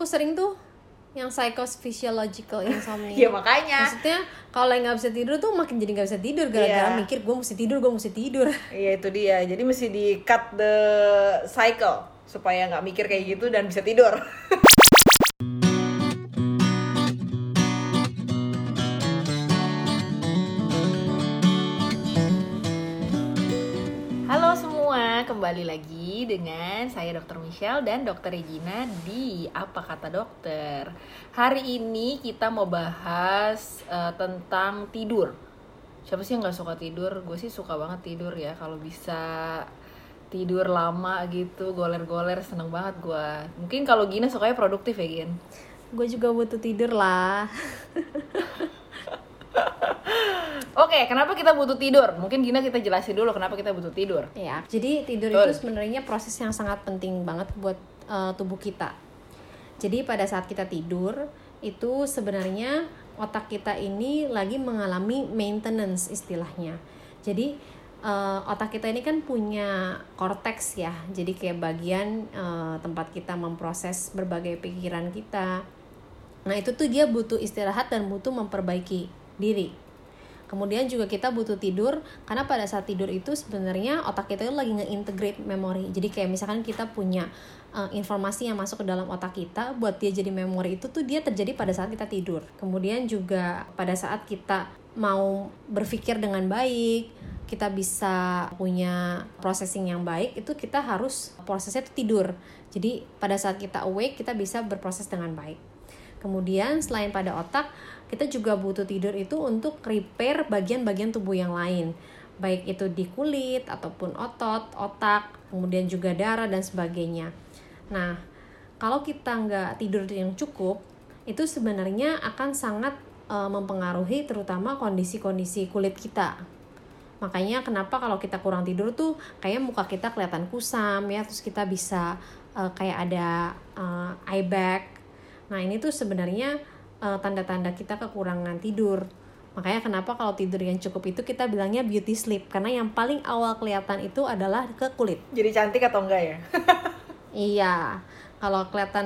aku sering tuh yang psychophysiological insomnia. Ya makanya. Maksudnya kalau nggak bisa tidur tuh makin jadi nggak bisa tidur gara-gara mikir gue mesti tidur. Iya itu dia. Jadi mesti di cut the cycle supaya nggak mikir kayak gitu dan bisa tidur. Halo semua, kembali lagi dengan saya Dr. Michelle dan Dr. Regina di Apa Kata Dokter. Hari ini kita mau bahas tentang tidur. Siapa sih yang gak suka tidur? Gue sih suka banget tidur ya. Kalau bisa tidur lama gitu, goler-goler, seneng banget gue. Mungkin kalau Gina sukanya produktif ya, Gin? Gue juga butuh tidur lah. Oke, kenapa kita butuh tidur? Mungkin Gina kita jelasin dulu kenapa kita butuh tidur. Ya, jadi tidur itu sebenarnya proses yang sangat penting banget buat tubuh kita. Jadi pada saat kita tidur, itu sebenarnya otak kita ini lagi mengalami maintenance istilahnya. Jadi otak kita ini kan punya korteks ya. Jadi kayak bagian tempat kita memproses berbagai pikiran kita. Nah, itu tuh dia butuh istirahat dan butuh memperbaiki diri. Kemudian juga kita butuh tidur karena pada saat tidur itu sebenarnya otak kita itu lagi nge-integrate memori. Jadi kayak misalkan kita punya informasi yang masuk ke dalam otak kita, buat dia jadi memori itu tuh dia terjadi pada saat kita tidur. Kemudian juga pada saat kita mau berpikir dengan baik, kita bisa punya processing yang baik, itu kita harus prosesnya itu tidur. Jadi pada saat kita awake kita bisa berproses dengan baik. Kemudian selain pada otak, kita juga butuh tidur itu untuk repair bagian-bagian tubuh yang lain. Baik itu di kulit, ataupun otot, otak, kemudian juga darah dan sebagainya. Nah, kalau kita nggak tidur yang cukup, itu sebenarnya akan sangat mempengaruhi terutama kondisi-kondisi kulit kita. Makanya kenapa kalau kita kurang tidur tuh kayak muka kita kelihatan kusam ya, terus kita bisa kayak ada eye bag. Nah, ini tuh sebenarnya tanda-tanda kita kekurangan tidur. Makanya kenapa kalau tidur yang cukup itu kita bilangnya beauty sleep, karena yang paling awal kelihatan itu adalah ke kulit. Jadi cantik atau enggak ya? Iya, kalau kelihatan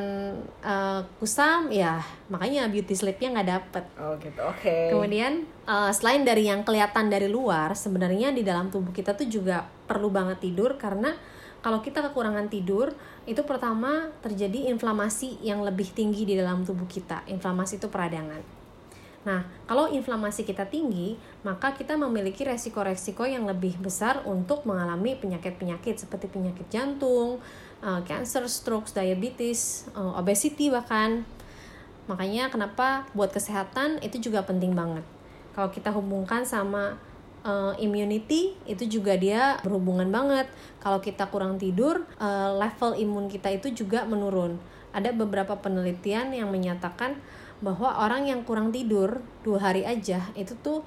kusam ya makanya beauty sleepnya nggak dapet. Oh gitu, oke. Kemudian selain dari yang kelihatan dari luar, sebenarnya di dalam tubuh kita tuh juga perlu banget tidur, karena kalau kita kekurangan tidur, itu pertama terjadi inflamasi yang lebih tinggi di dalam tubuh kita. Inflamasi itu peradangan. Nah, kalau inflamasi kita tinggi, maka kita memiliki resiko-resiko yang lebih besar untuk mengalami penyakit-penyakit seperti penyakit jantung, cancer, stroke, diabetes, obesity bahkan. Makanya kenapa buat kesehatan itu juga penting banget. Kalau kita hubungkan sama immunity, itu juga dia berhubungan banget. Kalau kita kurang tidur, level imun kita itu juga menurun. Ada beberapa penelitian yang menyatakan bahwa orang yang kurang tidur 2 hari aja itu tuh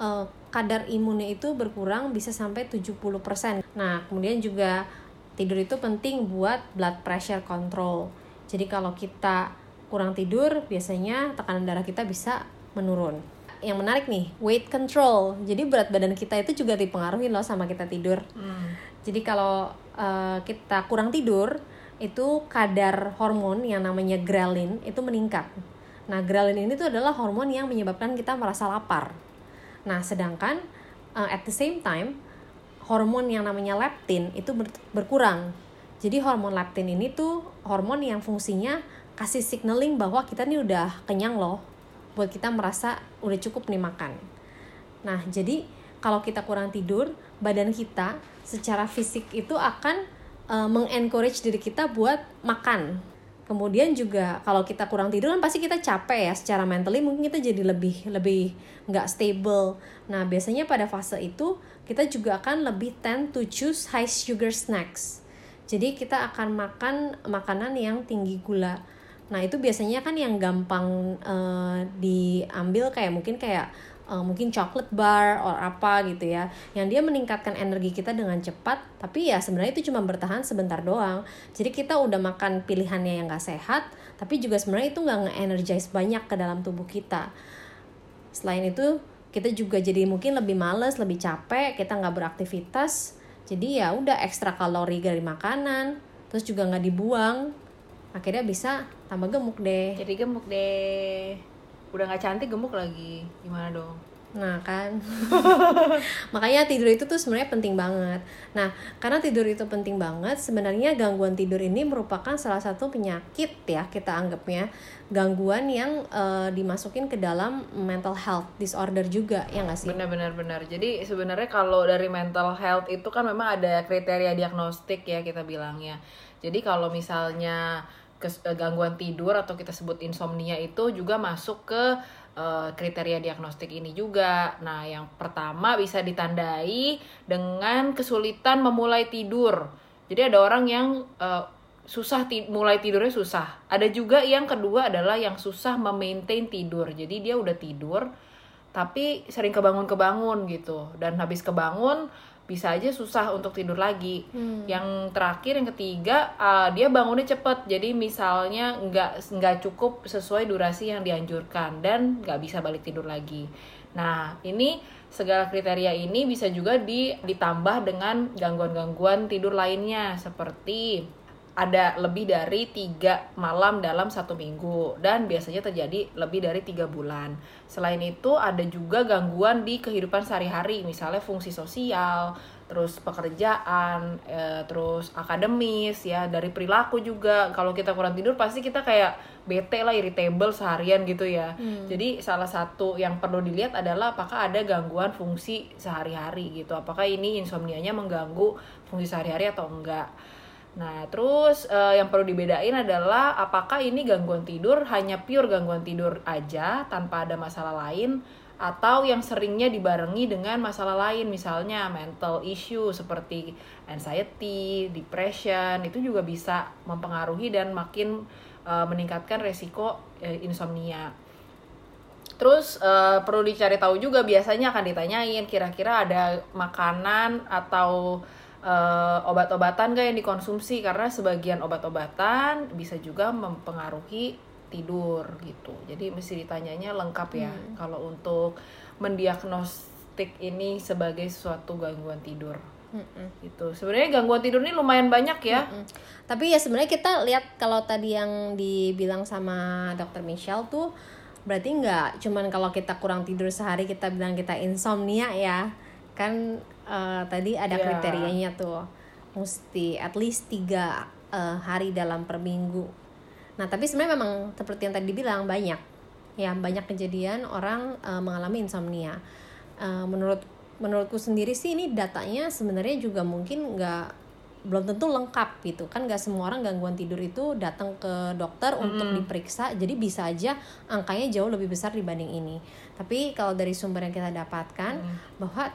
kadar imunnya itu berkurang bisa sampai 70%. Nah, kemudian juga tidur itu penting buat blood pressure control. Jadi kalau kita kurang tidur, biasanya tekanan darah kita bisa menurun. Yang menarik nih, weight control. Jadi berat badan kita itu juga dipengaruhi loh sama kita tidur. Jadi kalau kita kurang tidur, itu kadar hormon yang namanya ghrelin itu meningkat. Nah, ghrelin ini tuh adalah hormon yang menyebabkan kita merasa lapar. Nah, sedangkan at the same time, hormon yang namanya leptin itu berkurang. Jadi hormon leptin ini tuh hormon yang fungsinya kasih signaling bahwa kita nih udah kenyang loh, buat kita merasa udah cukup nih makan. Nah, jadi kalau kita kurang tidur, badan kita secara fisik itu akan mengencourage diri kita buat makan. Kemudian juga kalau kita kurang tidur kan pasti kita capek ya, secara mentally mungkin kita jadi lebih nggak stable. Nah, biasanya pada fase itu kita juga akan lebih tend to choose high sugar snacks. Jadi kita akan makan makanan yang tinggi gula. Nah, itu biasanya kan yang gampang diambil kayak mungkin chocolate bar or apa gitu ya, yang dia meningkatkan energi kita dengan cepat, tapi ya sebenarnya itu cuma bertahan sebentar doang. Jadi kita udah makan pilihannya yang gak sehat, tapi juga sebenarnya itu gak nge-energize banyak ke dalam tubuh kita. Selain itu kita juga jadi mungkin lebih males, lebih capek, kita gak beraktivitas, jadi ya udah ekstra kalori dari makanan, terus juga gak dibuang, akhirnya bisa tambah gemuk deh. Jadi gemuk deh. Udah nggak cantik, gemuk lagi. Gimana dong? Nah kan, makanya tidur itu tuh sebenarnya penting banget. Nah, karena tidur itu penting banget, sebenarnya gangguan tidur ini merupakan salah satu penyakit ya, kita anggapnya gangguan yang dimasukin ke dalam mental health disorder juga, ya nggak sih? Benar. Jadi sebenarnya kalau dari mental health itu kan memang ada kriteria diagnostik ya kita bilangnya. Jadi kalau misalnya gangguan tidur atau kita sebut insomnia itu juga masuk ke kriteria diagnostik ini juga. Nah, yang pertama bisa ditandai dengan kesulitan memulai tidur. Jadi ada orang yang susah mulai tidurnya susah. Ada juga yang kedua adalah yang susah memaintain tidur. Jadi dia udah tidur tapi sering kebangun gitu. Dan habis kebangun bisa aja susah untuk tidur lagi. Yang terakhir, yang ketiga, dia bangunnya cepet. Jadi misalnya nggak cukup sesuai durasi yang dianjurkan dan nggak bisa balik tidur lagi. Nah, ini segala kriteria ini bisa juga ditambah dengan gangguan-gangguan tidur lainnya seperti ada lebih dari 3 malam dalam 1 minggu dan biasanya terjadi lebih dari 3 bulan. Selain itu ada juga gangguan di kehidupan sehari-hari, misalnya fungsi sosial, terus pekerjaan, terus akademis ya, dari perilaku juga. Kalau kita kurang tidur pasti kita kayak bete lah, irritable seharian gitu ya. Jadi salah satu yang perlu dilihat adalah apakah ada gangguan fungsi sehari-hari gitu. Apakah ini insomnianya mengganggu fungsi sehari-hari atau enggak. Nah, terus yang perlu dibedain adalah apakah ini gangguan tidur hanya pure gangguan tidur aja tanpa ada masalah lain, atau yang seringnya dibarengi dengan masalah lain, misalnya mental issue seperti anxiety, depression, itu juga bisa mempengaruhi dan makin meningkatkan resiko insomnia. Terus perlu dicari tahu juga, biasanya akan ditanyain kira-kira ada makanan atau obat-obatan gak yang dikonsumsi, karena sebagian obat-obatan bisa juga mempengaruhi tidur gitu. Jadi mesti ditanyanya lengkap ya kalau untuk mendiagnostik ini sebagai suatu gangguan tidur. Gitu. Sebenarnya gangguan tidur ini lumayan banyak ya. Tapi ya sebenarnya kita lihat kalau tadi yang dibilang sama Dr. Michelle tuh berarti nggak cuman kalau kita kurang tidur sehari kita bilang kita insomnia ya. Kan tadi ada kriterianya tuh, mesti at least 3 hari dalam per minggu. Nah, tapi sebenarnya memang seperti yang tadi dibilang banyak kejadian orang mengalami insomnia. Menurutku sendiri sih ini datanya sebenarnya juga mungkin belum tentu lengkap gitu kan. Nggak semua orang gangguan tidur itu datang ke dokter untuk diperiksa, jadi bisa aja angkanya jauh lebih besar dibanding ini. Tapi kalau dari sumber yang kita dapatkan bahwa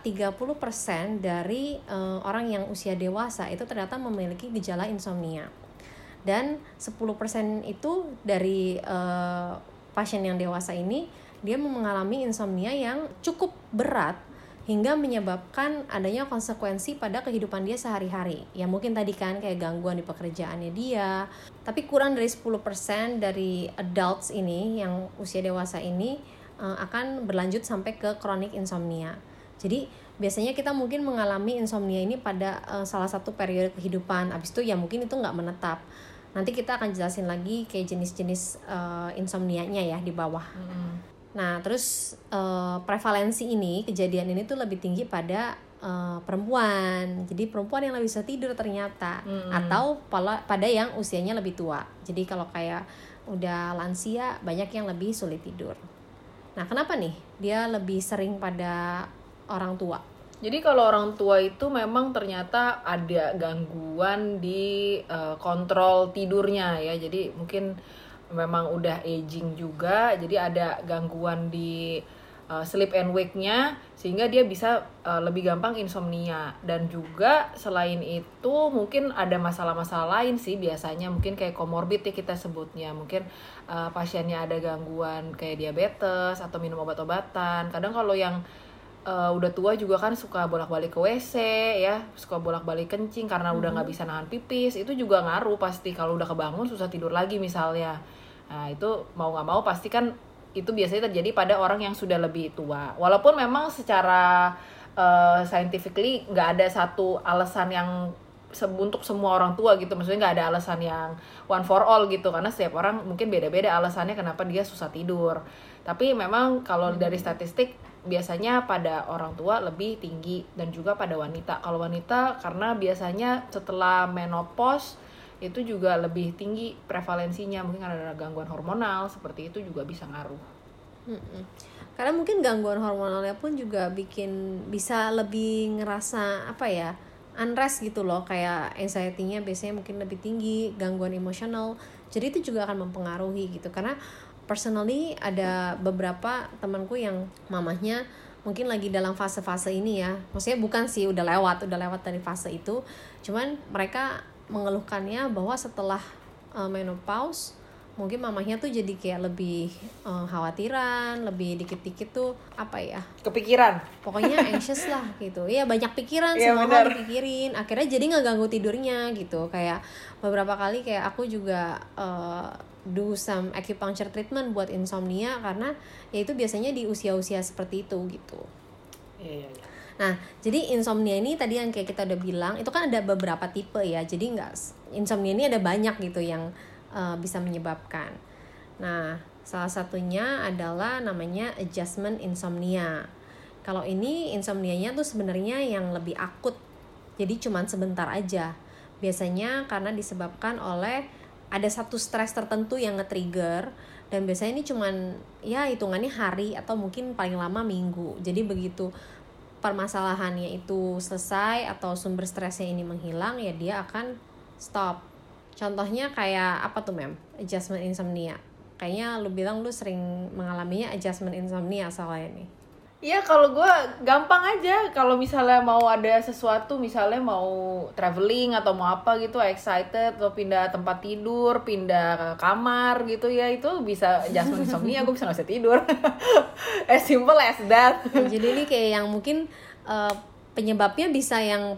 30% dari orang yang usia dewasa itu ternyata memiliki gejala insomnia, dan 10% itu dari pasien yang dewasa ini dia mengalami insomnia yang cukup berat hingga menyebabkan adanya konsekuensi pada kehidupan dia sehari-hari. Ya mungkin tadi kan kayak gangguan di pekerjaannya dia. Tapi kurang dari 10% dari adults ini yang usia dewasa ini akan berlanjut sampai ke chronic insomnia. Jadi biasanya kita mungkin mengalami insomnia ini pada salah satu periode kehidupan. Abis itu ya mungkin itu nggak menetap. Nanti kita akan jelasin lagi kayak jenis-jenis insomnianya ya di bawah. Nah, terus prevalensi ini, kejadian ini tuh lebih tinggi pada perempuan. Jadi perempuan yang lebih bisa tidur ternyata, atau pada yang usianya lebih tua. Jadi kalau kayak udah lansia, banyak yang lebih sulit tidur. Nah, kenapa nih dia lebih sering pada orang tua? Jadi kalau orang tua itu memang ternyata ada gangguan di kontrol tidurnya ya. Jadi mungkin memang udah aging juga, jadi ada gangguan di sleep and wake-nya sehingga dia bisa lebih gampang insomnia. Dan juga selain itu mungkin ada masalah-masalah lain sih, biasanya mungkin kayak komorbid ya kita sebutnya. Mungkin pasiennya ada gangguan kayak diabetes atau minum obat-obatan. Kadang kalau yang udah tua juga kan suka bolak-balik ke WC ya, suka bolak-balik kencing karena udah nggak bisa nahan pipis. Itu juga ngaruh pasti, kalau udah kebangun susah tidur lagi misalnya. Nah itu mau nggak mau pasti kan itu biasanya terjadi pada orang yang sudah lebih tua. Walaupun memang secara scientifically nggak ada satu alasan yang untuk semua orang tua gitu, maksudnya nggak ada alasan yang one for all gitu, karena setiap orang mungkin beda-beda alasannya kenapa dia susah tidur. Tapi memang kalau dari statistik biasanya pada orang tua lebih tinggi dan juga pada wanita. Kalau wanita karena biasanya setelah menopause itu juga lebih tinggi prevalensinya, mungkin karena ada gangguan hormonal seperti itu juga bisa ngaruh. Karena mungkin gangguan hormonalnya pun juga bisa lebih ngerasa apa ya, unrest gitu loh, kayak anxiety-nya biasanya mungkin lebih tinggi, gangguan emosional, jadi itu juga akan mempengaruhi gitu. Karena personally ada beberapa temanku yang mamahnya mungkin lagi dalam fase-fase ini ya, maksudnya bukan sih udah lewat dari fase itu, cuman mereka mengeluhkannya bahwa setelah menopause mungkin mamahnya tuh jadi kayak lebih khawatiran, lebih dikit-dikit tuh apa ya, kepikiran, pokoknya anxious lah gitu ya, banyak pikiran, ya, semua hal dipikirin, akhirnya jadi ngeganggu tidurnya gitu. Kayak beberapa kali kayak aku juga do some acupuncture treatment buat insomnia, karena ya itu biasanya di usia-usia seperti itu gitu. Iya. Nah, jadi insomnia ini tadi yang kayak kita udah bilang, itu kan ada beberapa tipe ya. Jadi insomnia ini ada banyak gitu yang bisa menyebabkan. Nah, salah satunya adalah namanya adjustment insomnia. Kalau ini insomnianya tuh sebenarnya yang lebih akut. Jadi cuman sebentar aja. Biasanya karena disebabkan oleh ada satu stres tertentu yang nge-trigger, dan biasanya ini cuman ya hitungannya hari atau mungkin paling lama minggu. Jadi begitu permasalahannya itu selesai atau sumber stresnya ini menghilang, ya dia akan stop. Contohnya kayak apa tuh Mem? Adjustment insomnia. Kayaknya lu bilang lu sering mengalaminya adjustment insomnia soalnya nih. Iya, kalau gue gampang aja. Kalau misalnya mau ada sesuatu, misalnya mau traveling atau mau apa gitu, excited, atau pindah tempat tidur, pindah ke kamar gitu ya, itu bisa adjustment insomnia, gue bisa gak bisa tidur. As simple as that. Jadi ini kayak yang mungkin penyebabnya bisa yang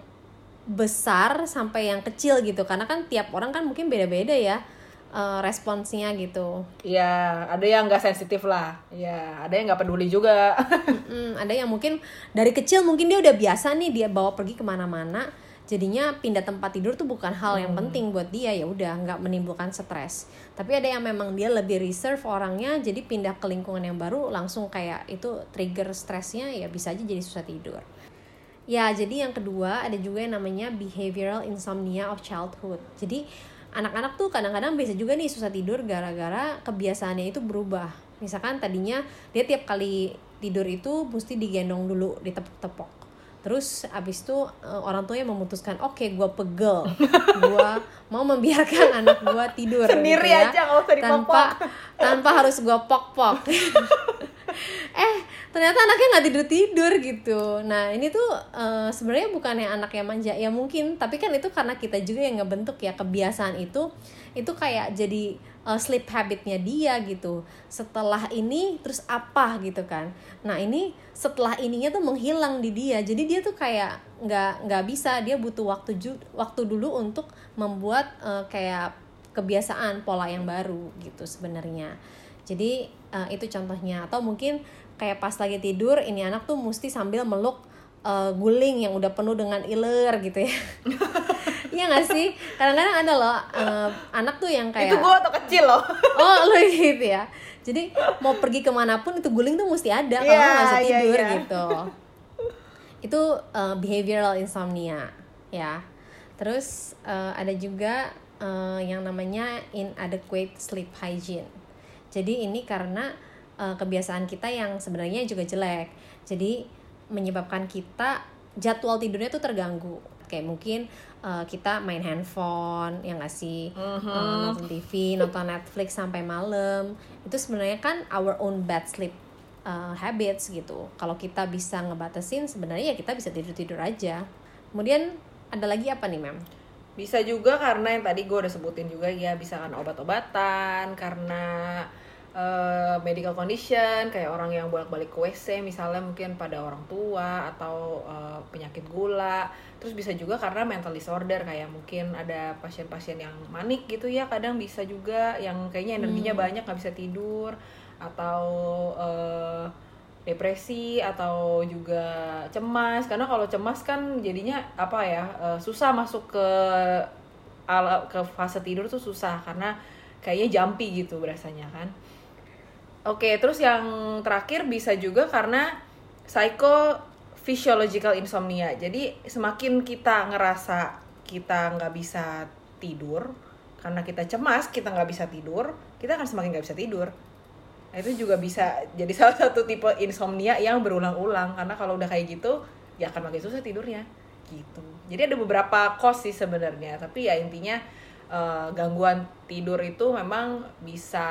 besar sampai yang kecil gitu, karena kan tiap orang kan mungkin beda-beda ya responsnya gitu. Ya, ada yang nggak sensitif lah. Ya, ada yang nggak peduli juga. Ada yang mungkin dari kecil mungkin dia udah biasa nih, dia bawa pergi kemana-mana, jadinya pindah tempat tidur tuh bukan hal yang penting buat dia, ya udah nggak menimbulkan stres. Tapi ada yang memang dia lebih reserve orangnya, jadi pindah ke lingkungan yang baru langsung kayak itu trigger stresnya, ya bisa aja jadi susah tidur. Ya, jadi yang kedua ada juga yang namanya behavioral insomnia of childhood. Jadi anak-anak tuh kadang-kadang bisa juga nih susah tidur gara-gara kebiasaannya itu berubah. Misalkan tadinya dia tiap kali tidur itu mesti digendong dulu, ditepok-tepok. Terus abis itu orang tuanya memutuskan, oke, gue pegel, gue mau membiarkan anak gue tidur sendiri gitu ya, aja, gak usah dipok-pok, tanpa harus gue pok-pok. Ternyata anaknya nggak tidur gitu. Nah ini tuh sebenarnya bukannya anak yang manja ya mungkin, tapi kan itu karena kita juga yang ngebentuk ya kebiasaan itu kayak jadi sleep habitnya dia gitu. Setelah ini terus apa gitu kan. Nah ini setelah ininya tuh menghilang di dia, jadi dia tuh kayak nggak bisa, dia butuh waktu dulu untuk membuat kayak kebiasaan pola yang baru gitu sebenarnya. Jadi itu contohnya. Atau mungkin kayak pas lagi tidur ini anak tuh mesti sambil meluk guling yang udah penuh dengan iler gitu ya. Iya nggak sih? Kadang-kadang ada loh anak tuh yang kayak, itu gue waktu kecil loh. Oh lo gitu ya. Jadi mau pergi kemanapun itu guling tuh mesti ada, kalau nggak bisa tidur gitu. Itu behavioral insomnia ya. Terus ada juga yang namanya inadequate sleep hygiene. Jadi ini karena kebiasaan kita yang sebenarnya juga jelek, jadi menyebabkan kita jadwal tidurnya tuh terganggu. Kayak mungkin kita main handphone, ya nggak sih, nonton TV, nonton Netflix sampai malam. Itu sebenarnya kan our own bad sleep habits gitu. Kalau kita bisa ngebatasin, sebenarnya ya kita bisa tidur aja. Kemudian ada lagi apa nih Mem? Bisa juga karena yang tadi gue udah sebutin juga ya, bisa kan obat-obatan, karena medical condition, kayak orang yang bolak-balik ke WC misalnya, mungkin pada orang tua, atau penyakit gula. Terus bisa juga karena mental disorder, kayak mungkin ada pasien-pasien yang manik gitu ya, kadang bisa juga yang kayaknya energinya banyak, gak bisa tidur, atau depresi atau juga cemas. Karena kalau cemas kan jadinya susah masuk ke fase tidur tuh susah karena kayaknya jumpy gitu berasanya kan. Oke, terus yang terakhir bisa juga karena psychophysiological insomnia. Jadi semakin kita ngerasa kita nggak bisa tidur, karena kita cemas, kita nggak bisa tidur, kita akan semakin nggak bisa tidur. Nah, itu juga bisa jadi salah satu tipe insomnia yang berulang-ulang. Karena kalau udah kayak gitu, ya akan makin susah tidurnya gitu. Jadi ada beberapa cause sih sebenarnya. Tapi ya intinya gangguan tidur itu memang bisa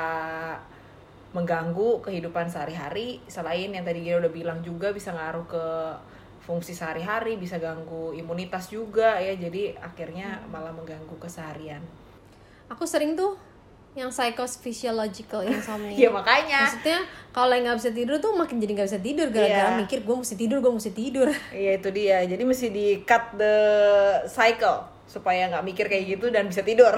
mengganggu kehidupan sehari-hari. Selain yang tadi Gina udah bilang juga bisa ngaruh ke fungsi sehari-hari, bisa ganggu imunitas juga ya. Jadi akhirnya malah mengganggu keseharian. Aku sering tuh yang psychophysiological insomnia. Ya makanya. Maksudnya kalau yang nggak bisa tidur tuh makin jadi nggak bisa tidur gara-gara mikir gue mesti tidur. Iya itu dia. Jadi mesti di cut the cycle supaya nggak mikir kayak gitu dan bisa tidur.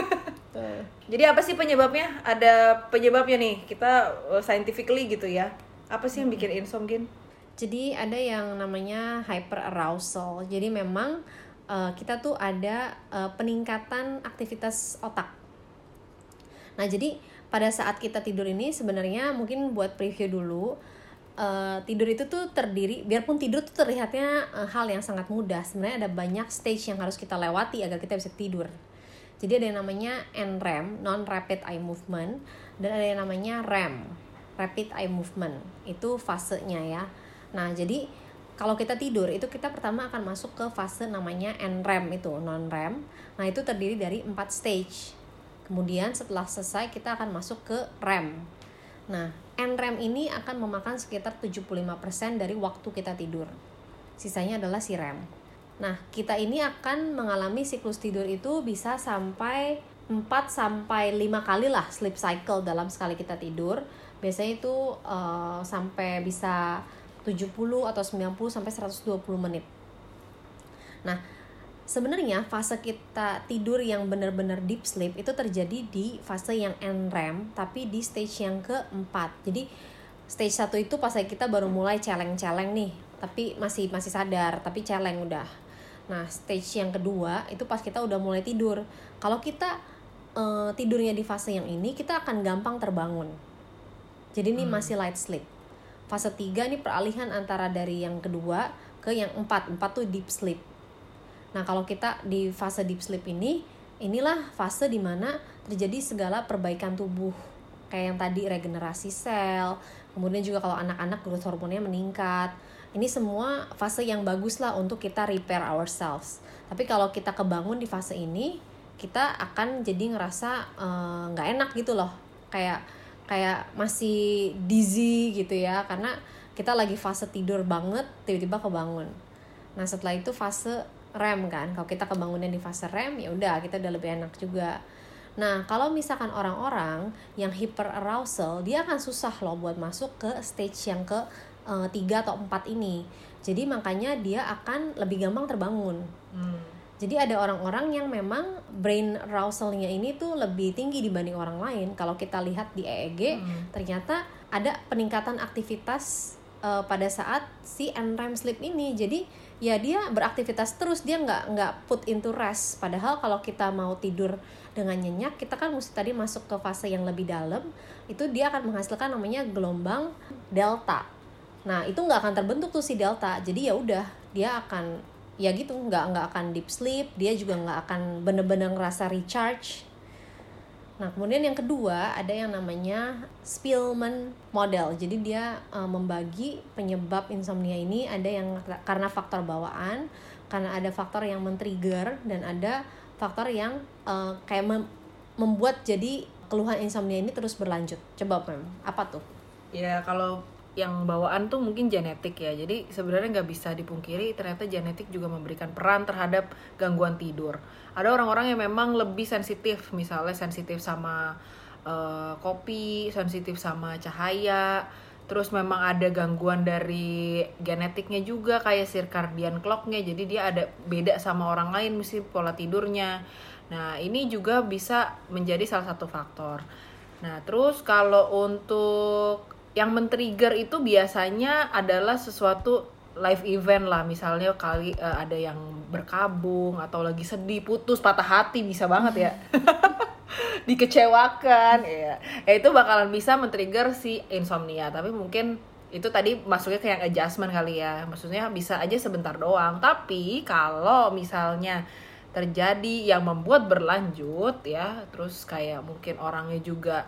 Jadi apa sih penyebabnya? Ada penyebabnya nih. Kita scientifically gitu ya. Apa sih yang bikin insomnia? Jadi ada yang namanya hyperarousal. Jadi memang kita tuh ada peningkatan aktivitas otak. Nah, jadi pada saat kita tidur ini sebenarnya mungkin buat preview dulu, tidur itu tuh terdiri, biarpun tidur tuh terlihatnya hal yang sangat mudah, sebenarnya ada banyak stage yang harus kita lewati agar kita bisa tidur. Jadi ada yang namanya NREM, non-rapid eye movement, dan ada yang namanya REM, rapid eye movement. Itu fasenya ya. Nah, jadi kalau kita tidur itu kita pertama akan masuk ke fase namanya NREM itu, non-REM. Nah, itu terdiri dari 4 stage. Kemudian setelah selesai kita akan masuk ke REM. Nah, NREM ini akan memakan sekitar 75% dari waktu kita tidur. Sisanya adalah si REM. Nah, kita ini akan mengalami siklus tidur itu bisa sampai 4-5 kali lah sleep cycle dalam sekali kita tidur. Biasanya itu sampai bisa 70 atau 90 sampai 120 menit. Nah, sebenarnya fase kita tidur yang benar-benar deep sleep itu terjadi di fase yang NREM, tapi di stage yang keempat. Jadi stage 1 itu pas kita baru mulai celeng-celeng nih, tapi masih sadar, tapi celeng udah. Nah, stage yang kedua itu pas kita udah mulai tidur. Kalau kita tidurnya di fase yang ini, kita akan gampang terbangun. Jadi ini masih light sleep. Fase 3 ini peralihan antara dari yang kedua ke yang 4 tuh deep sleep. Nah, kalau kita di fase deep sleep ini, inilah fase dimana terjadi segala perbaikan tubuh. Kayak yang tadi regenerasi sel, kemudian juga kalau anak-anak growth hormonnya meningkat. Ini semua fase yang bagus lah untuk kita repair ourselves. Tapi kalau kita kebangun di fase ini, kita akan jadi ngerasa nggak enak gitu loh. Kayak masih dizzy gitu ya, karena kita lagi fase tidur banget, tiba-tiba kebangun. Nah, setelah itu fase REM kan. Kalau kita kebangunnya di fase REM, ya udah kita udah lebih enak juga. Nah, kalau misalkan orang-orang yang hyperarousal, dia akan susah loh buat masuk ke stage yang ke 3 atau 4 ini. Jadi makanya dia akan lebih gampang terbangun. Jadi ada orang-orang yang memang brain arousalnya ini tuh lebih tinggi dibanding orang lain. Kalau kita lihat di EEG, ternyata ada peningkatan aktivitas pada saat si NREM sleep ini. Jadi ya dia beraktivitas terus, dia nggak put into rest. Padahal kalau kita mau tidur dengan nyenyak, kita kan mesti tadi masuk ke fase yang lebih dalam. Itu dia akan menghasilkan namanya gelombang delta. Nah, itu nggak akan terbentuk tuh si delta. Jadi ya udah, dia akan ya gitu, nggak akan deep sleep, dia juga nggak akan bener-bener ngerasa recharge. Nah, kemudian yang kedua ada yang namanya Spielman model. Jadi dia membagi penyebab insomnia ini, ada yang karena faktor bawaan, karena ada faktor yang men-trigger, dan ada faktor yang kayak membuat jadi keluhan insomnia ini terus berlanjut. Coba Mem, apa tuh? Ya kalau yang bawaan tuh mungkin genetik ya. Jadi sebenarnya nggak bisa dipungkiri, ternyata genetik juga memberikan peran terhadap gangguan tidur. Ada orang-orang yang memang lebih sensitif, misalnya sensitif sama kopi, sensitif sama cahaya. Terus memang ada gangguan dari genetiknya juga kayak circadian clock-nya. Jadi dia ada beda sama orang lain mesti pola tidurnya. Nah, ini juga bisa menjadi salah satu faktor. Nah, terus kalau untuk yang men-trigger itu biasanya adalah sesuatu live event lah, misalnya ada yang berkabung atau lagi sedih, putus, patah hati, bisa banget ya. Dikecewakan ya. Itu bakalan bisa men-trigger si insomnia. Tapi mungkin itu tadi masuknya kayak adjustment kali ya. Maksudnya bisa aja sebentar doang. Tapi kalau misalnya terjadi yang membuat berlanjut ya, terus kayak mungkin orangnya juga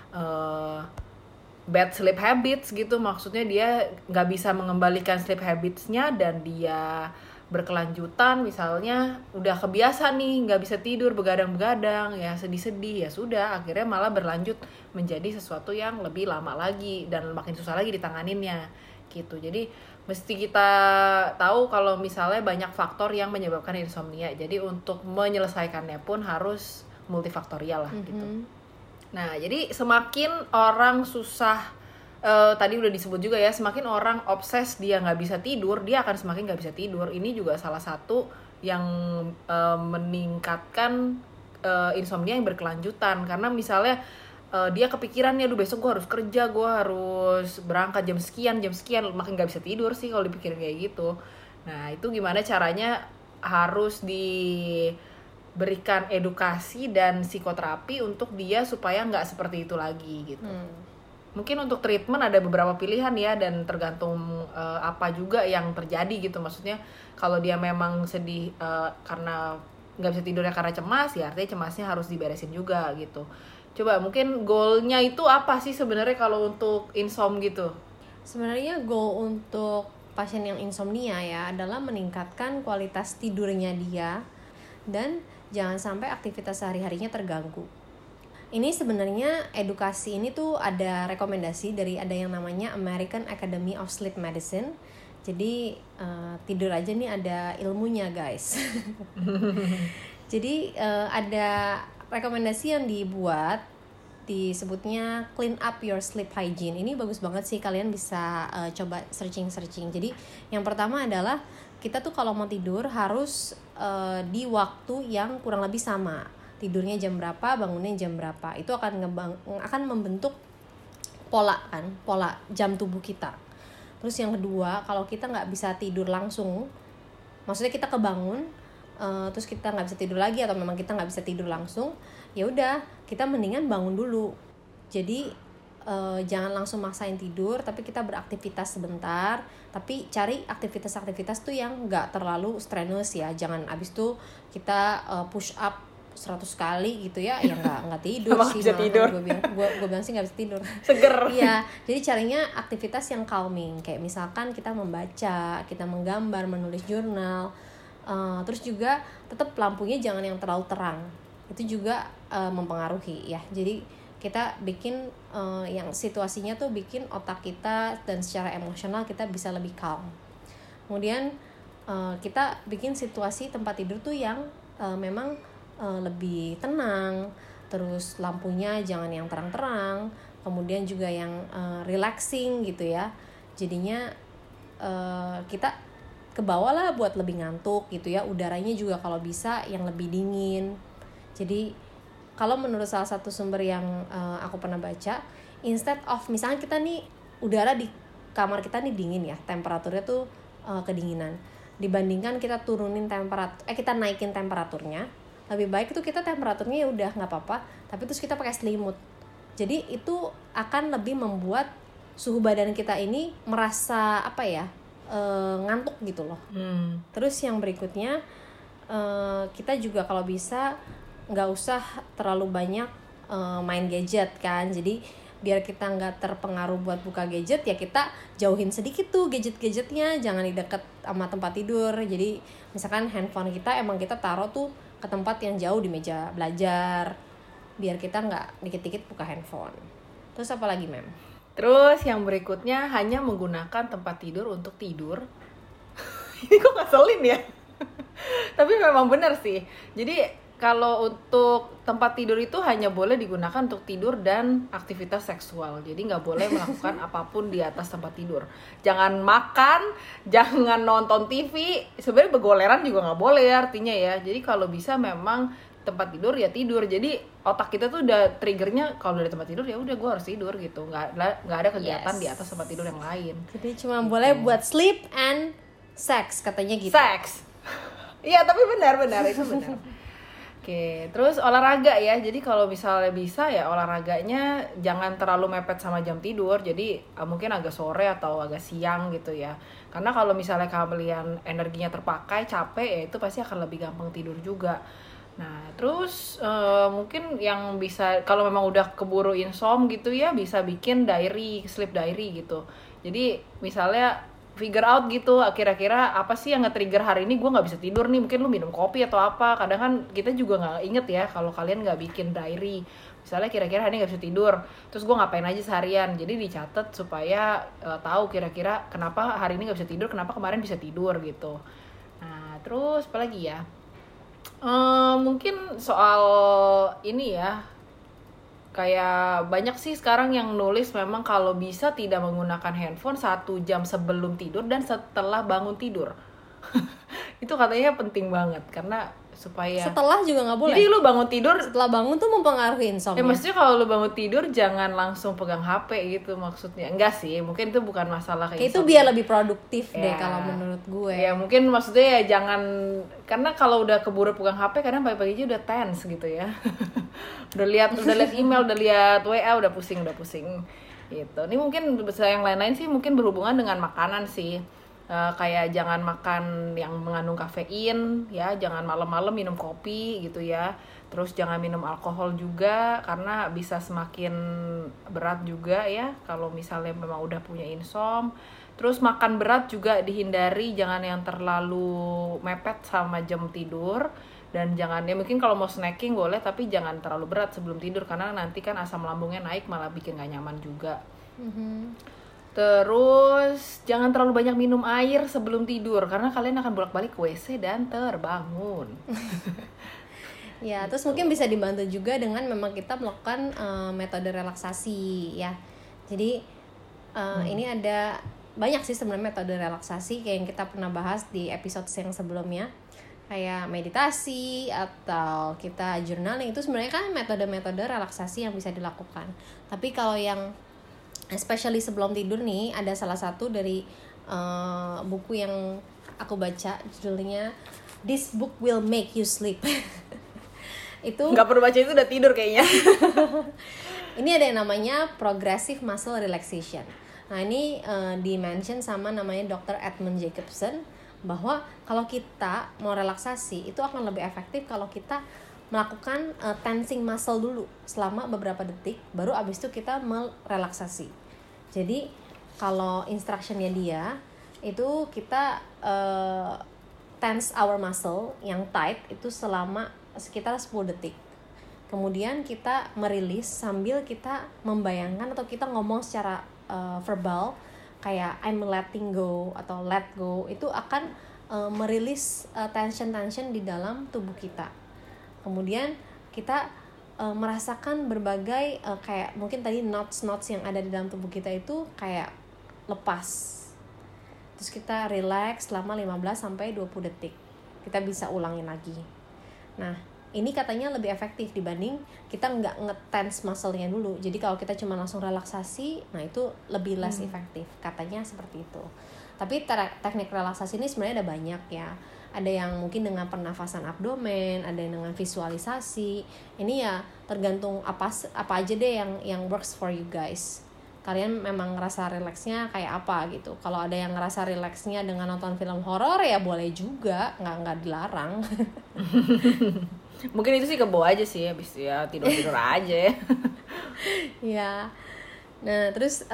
bad sleep habits gitu, maksudnya dia nggak bisa mengembalikan sleep habitsnya dan dia berkelanjutan, misalnya udah kebiasa nih nggak bisa tidur, begadang-begadang ya, sedih-sedih, ya sudah akhirnya malah berlanjut menjadi sesuatu yang lebih lama lagi dan makin susah lagi ditanganinnya gitu. Jadi mesti kita tahu kalau misalnya banyak faktor yang menyebabkan insomnia, jadi untuk menyelesaikannya pun harus multifaktorial lah gitu. Nah, jadi semakin orang susah, tadi udah disebut juga ya, semakin orang obses dia nggak bisa tidur, dia akan semakin nggak bisa tidur. Ini juga salah satu yang meningkatkan insomnia yang berkelanjutan. Karena misalnya dia kepikiran nih, aduh besok gue harus kerja, gue harus berangkat jam sekian, makin nggak bisa tidur sih kalau dipikirin kayak gitu. Nah, itu gimana caranya, harus berikan edukasi dan psikoterapi untuk dia supaya nggak seperti itu lagi gitu. Mungkin untuk treatment ada beberapa pilihan ya, dan tergantung apa juga yang terjadi gitu. Maksudnya kalau dia memang sedih karena nggak bisa tidurnya karena cemas, ya artinya cemasnya harus diberesin juga gitu. Coba mungkin goalnya itu apa sih sebenarnya kalau untuk insom gitu? Sebenarnya goal untuk pasien yang insomnia ya adalah meningkatkan kualitas tidurnya dia dan jangan sampai aktivitas sehari-harinya terganggu. Ini sebenarnya edukasi ini tuh ada rekomendasi dari ada yang namanya American Academy of Sleep Medicine. Jadi tidur aja nih ada ilmunya guys. Jadi ada rekomendasi yang dibuat, disebutnya clean up your sleep hygiene. Ini bagus banget sih, kalian bisa coba searching. Jadi yang pertama adalah kita tuh kalau mau tidur harus di waktu yang kurang lebih sama. Tidurnya jam berapa, bangunnya jam berapa. Itu akan membentuk pola jam tubuh kita. Terus yang kedua, kalau kita nggak bisa tidur langsung, maksudnya kita kebangun, terus kita nggak bisa tidur lagi atau memang kita nggak bisa tidur langsung, ya udah kita mendingan bangun dulu. Jadi jangan langsung maksain tidur, tapi kita beraktivitas sebentar, tapi cari aktivitas-aktivitas tuh yang nggak terlalu strenuous ya. Jangan abis tuh kita push up 100 kali gitu ya, ya nggak tidur sih. Bisa tidur. Gue bilang sih nggak bisa tidur. Seger. Iya, jadi carinya aktivitas yang calming, kayak misalkan kita membaca, kita menggambar, menulis jurnal. Terus juga tetap lampunya jangan yang terlalu terang, itu juga mempengaruhi ya. Jadi kita bikin yang situasinya tuh bikin otak kita dan secara emosional kita bisa lebih calm. Kemudian kita bikin situasi tempat tidur tuh yang memang lebih tenang, terus lampunya jangan yang terang-terang, kemudian juga yang relaxing gitu ya. Jadinya kita kebawa lah buat lebih ngantuk gitu ya. Udaranya juga kalau bisa yang lebih dingin. Jadi kalau menurut salah satu sumber yang aku pernah baca, instead of misalnya kita nih udara di kamar kita nih dingin ya, temperaturnya tuh kedinginan, dibandingkan kita kita naikin temperaturnya, lebih baik itu kita temperaturnya ya udah nggak apa-apa, tapi terus kita pakai selimut. Jadi itu akan lebih membuat suhu badan kita ini merasa ngantuk gitu loh. Terus yang berikutnya kita juga kalau bisa nggak usah terlalu banyak main gadget kan. Jadi biar kita nggak terpengaruh buat buka gadget, ya kita jauhin sedikit tuh gadget-gadgetnya, jangan di dekat sama tempat tidur. Jadi misalkan handphone kita emang kita taruh tuh ke tempat yang jauh di meja belajar, biar kita nggak dikit-dikit buka handphone. Terus apa lagi, Mem? Terus yang berikutnya, hanya menggunakan tempat tidur untuk tidur. Ini kok ngeselin ya? Tapi memang benar sih. Jadi kalau untuk tempat tidur itu hanya boleh digunakan untuk tidur dan aktivitas seksual. Jadi nggak boleh melakukan apapun di atas tempat tidur. Jangan makan, jangan nonton TV. Sebenarnya begoleran juga nggak boleh ya artinya ya. Jadi kalau bisa memang tempat tidur ya tidur. Jadi otak kita tuh udah triggernya kalau udah di tempat tidur ya udah gue harus tidur gitu. Nggak ada kegiatan di atas tempat tidur yang lain. Jadi cuma boleh buat sleep and sex katanya gitu. Seks. Iya, tapi benar itu benar. Oke, terus olahraga ya. Jadi kalau misalnya bisa ya olahraganya jangan terlalu mepet sama jam tidur. Jadi mungkin agak sore atau agak siang gitu ya. Karena kalau misalnya kalian energinya terpakai, capek ya itu pasti akan lebih gampang tidur juga. Nah, terus mungkin yang bisa kalau memang udah keburu insom gitu ya bisa bikin diary, sleep diary gitu. Jadi misalnya figure out gitu kira-kira apa sih yang nge-trigger hari ini gue nggak bisa tidur nih, mungkin lu minum kopi atau apa. Kadang kan kita juga nggak inget ya kalau kalian nggak bikin diary, misalnya kira-kira hari ini nggak bisa tidur, terus gue ngapain aja seharian, jadi dicatat supaya tahu kira-kira kenapa hari ini nggak bisa tidur, kenapa kemarin bisa tidur gitu. Nah terus apa lagi ya, mungkin soal ini ya, kayak banyak sih sekarang yang nulis memang kalau bisa tidak menggunakan handphone 1 jam sebelum tidur dan setelah bangun tidur. Itu katanya penting banget karena supaya setelah juga nggak boleh. Jadi lu bangun tidur, setelah bangun tuh mempengaruhi insomnia. Ya maksudnya kalau lu bangun tidur jangan langsung pegang HP gitu maksudnya. Enggak sih, mungkin itu bukan masalah kayak itu biar lebih produktif deh ya, kalau menurut gue. Ya mungkin maksudnya ya jangan, karena kalau udah keburu pegang HP kadang pagi-pagi aja udah tense gitu ya. udah lihat email, udah lihat WA, udah pusing gitu. Ini mungkin yang lain-lain sih mungkin berhubungan dengan makanan sih. Kayak jangan makan yang mengandung kafein ya, jangan malam-malam minum kopi gitu ya, terus jangan minum alkohol juga karena bisa semakin berat juga ya kalau misalnya memang udah punya insom. Terus makan berat juga dihindari, jangan yang terlalu mepet sama jam tidur, dan jangan ya mungkin kalau mau snacking boleh tapi jangan terlalu berat sebelum tidur karena nanti kan asam lambungnya naik malah bikin gak nyaman juga. Terus jangan terlalu banyak minum air sebelum tidur karena kalian akan bolak-balik ke WC dan terbangun. Ya, terus mungkin bisa dibantu juga dengan memang kita melakukan metode relaksasi ya. Jadi ini ada banyak sih sebenarnya metode relaksasi kayak yang kita pernah bahas di episode yang sebelumnya. Kayak meditasi atau kita journaling, itu sebenarnya kan metode-metode relaksasi yang bisa dilakukan. Tapi kalau yang especially sebelum tidur nih, ada salah satu dari buku yang aku baca, judulnya This Book Will Make You Sleep. Itu nggak perlu baca itu udah tidur kayaknya. Ini ada yang namanya Progressive Muscle Relaxation. Nah ini di-mention sama namanya Dr. Edmund Jacobson, bahwa kalau kita mau relaksasi itu akan lebih efektif kalau kita melakukan tensing muscle dulu selama beberapa detik, baru abis itu kita merelaksasi. Jadi kalau instructionnya dia itu kita tense our muscle yang tight itu selama sekitar 10 detik. Kemudian kita merilis sambil kita membayangkan atau kita ngomong secara verbal kayak I'm letting go atau let go, itu akan merilis tension di dalam tubuh kita. Kemudian kita merasakan berbagai kayak mungkin tadi knots yang ada di dalam tubuh kita itu kayak lepas. Terus kita relax selama 15-20 detik. Kita bisa ulangin lagi. Nah, ini katanya lebih efektif dibanding kita nggak nge-tense muscle-nya dulu. Jadi kalau kita cuma langsung relaksasi, nah itu lebih less efektif. Katanya seperti itu. Tapi teknik relaksasi ini sebenarnya ada banyak ya. Ada yang mungkin dengan pernafasan abdomen, ada yang dengan visualisasi. Ini ya tergantung apa aja deh yang works for you guys. Kalian memang ngerasa relaxnya kayak apa gitu. Kalau ada yang ngerasa relaxnya dengan nonton film horor ya boleh juga, nggak dilarang. Mungkin itu sih kebawa aja sih, habis ya tidur aja ya. Ya. Nah terus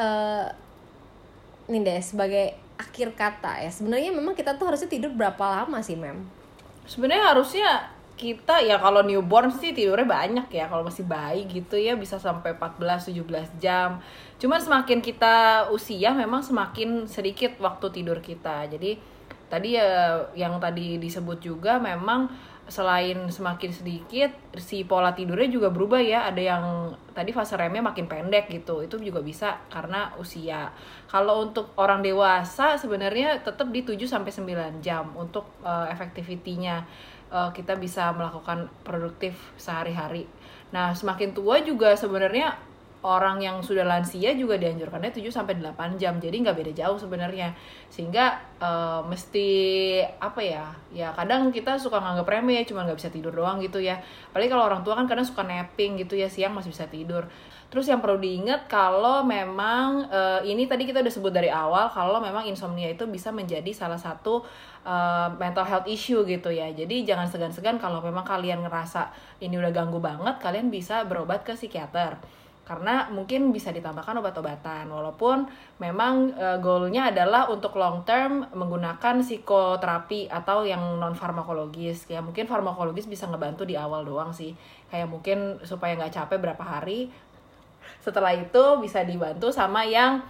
nih deh sebagai akhir kata ya, sebenarnya memang kita tuh harusnya tidur berapa lama sih, Mem? Sebenarnya harusnya kita ya kalau newborn sih tidurnya banyak ya, kalau masih bayi gitu ya bisa sampai 14-17 jam. Cuman semakin kita usia memang semakin sedikit waktu tidur kita. Jadi tadi ya yang tadi disebut juga memang selain semakin sedikit, si pola tidurnya juga berubah ya. Ada yang tadi fase REM-nya makin pendek gitu. Itu juga bisa karena usia. Kalau untuk orang dewasa sebenarnya tetap di 7-9 jam untuk efektivitinya. kita bisa melakukan produktif sehari-hari. Nah, semakin tua juga sebenarnya orang yang sudah lansia juga dianjurkannya 7-8 jam. Jadi nggak beda jauh sebenarnya. Sehingga mesti apa ya? Ya kadang kita suka nganggap remeh, cuma nggak bisa tidur doang gitu ya. Apalagi kalau orang tua kan kadang suka napping gitu ya, siang masih bisa tidur. Terus yang perlu diingat kalau memang ini tadi kita udah sebut dari awal, kalau memang insomnia itu bisa menjadi salah satu mental health issue gitu ya. Jadi jangan segan-segan kalau memang kalian ngerasa ini udah ganggu banget, kalian bisa berobat ke psikiater. Karena mungkin bisa ditambahkan obat-obatan, walaupun memang goalnya adalah untuk long term menggunakan psikoterapi atau yang non farmakologis. Ya mungkin farmakologis bisa ngebantu di awal doang sih, kayak mungkin supaya nggak capek berapa hari. Setelah itu bisa dibantu sama yang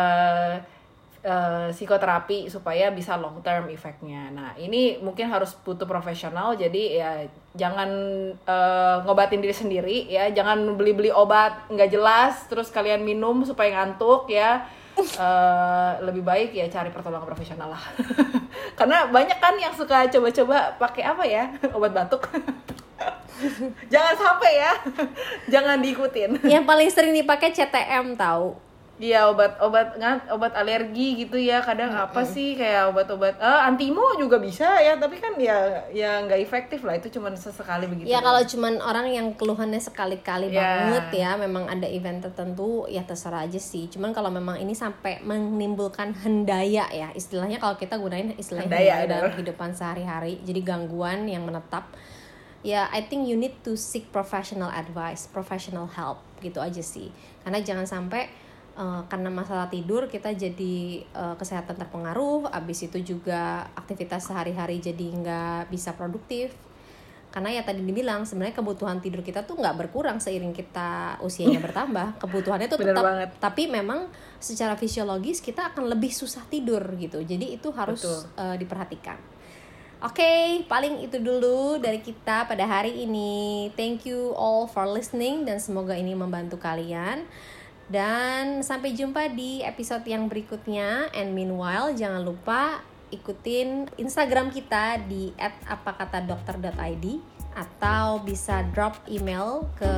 psikoterapi supaya bisa long term efeknya. Nah ini mungkin harus butuh profesional, jadi ya jangan ngobatin diri sendiri ya, jangan beli obat nggak jelas terus kalian minum supaya ngantuk ya. Lebih baik ya cari pertolongan profesional lah. Karena banyak kan yang suka coba-coba pakai apa ya, obat batuk. Jangan sampai ya, jangan diikutin. Yang paling sering dipakai CTM tahu. Iya, obat alergi gitu ya. Kadang apa sih kayak obat-obat antimo juga bisa ya, tapi kan ya nggak efektif lah, itu cuma sesekali begitu. Ya kalau cuman orang yang keluhannya sekali-kali banget ya, memang ada event tertentu ya terserah aja sih. Cuman kalau memang ini sampai menimbulkan hendaya ya, istilahnya kalau kita gunain istilahnya hendaya dalam kehidupan sehari-hari, jadi gangguan yang menetap. Ya, I think you need to seek professional advice, professional help gitu aja sih. Karena jangan sampai karena masalah tidur kita jadi kesehatan terpengaruh, abis itu juga aktivitas sehari-hari jadi nggak bisa produktif. Karena ya tadi dibilang sebenarnya kebutuhan tidur kita tuh nggak berkurang seiring kita usianya bertambah, kebutuhannya tuh tetap, tapi memang secara fisiologis kita akan lebih susah tidur gitu. Jadi itu harus diperhatikan. Oke, paling itu dulu dari kita pada hari ini. Thank you all for listening dan semoga ini membantu kalian. Dan sampai jumpa di episode yang berikutnya. And meanwhile, jangan lupa ikutin Instagram kita di @apakatadokter.id atau bisa drop email ke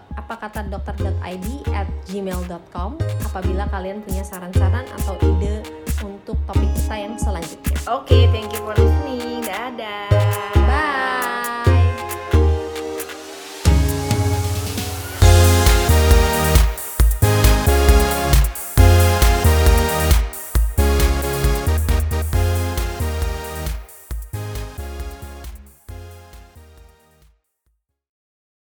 apakatadokter.id@gmail.com apabila kalian punya saran-saran atau ide untuk topik kita yang selanjutnya. Oke, thank you for listening. Dadah.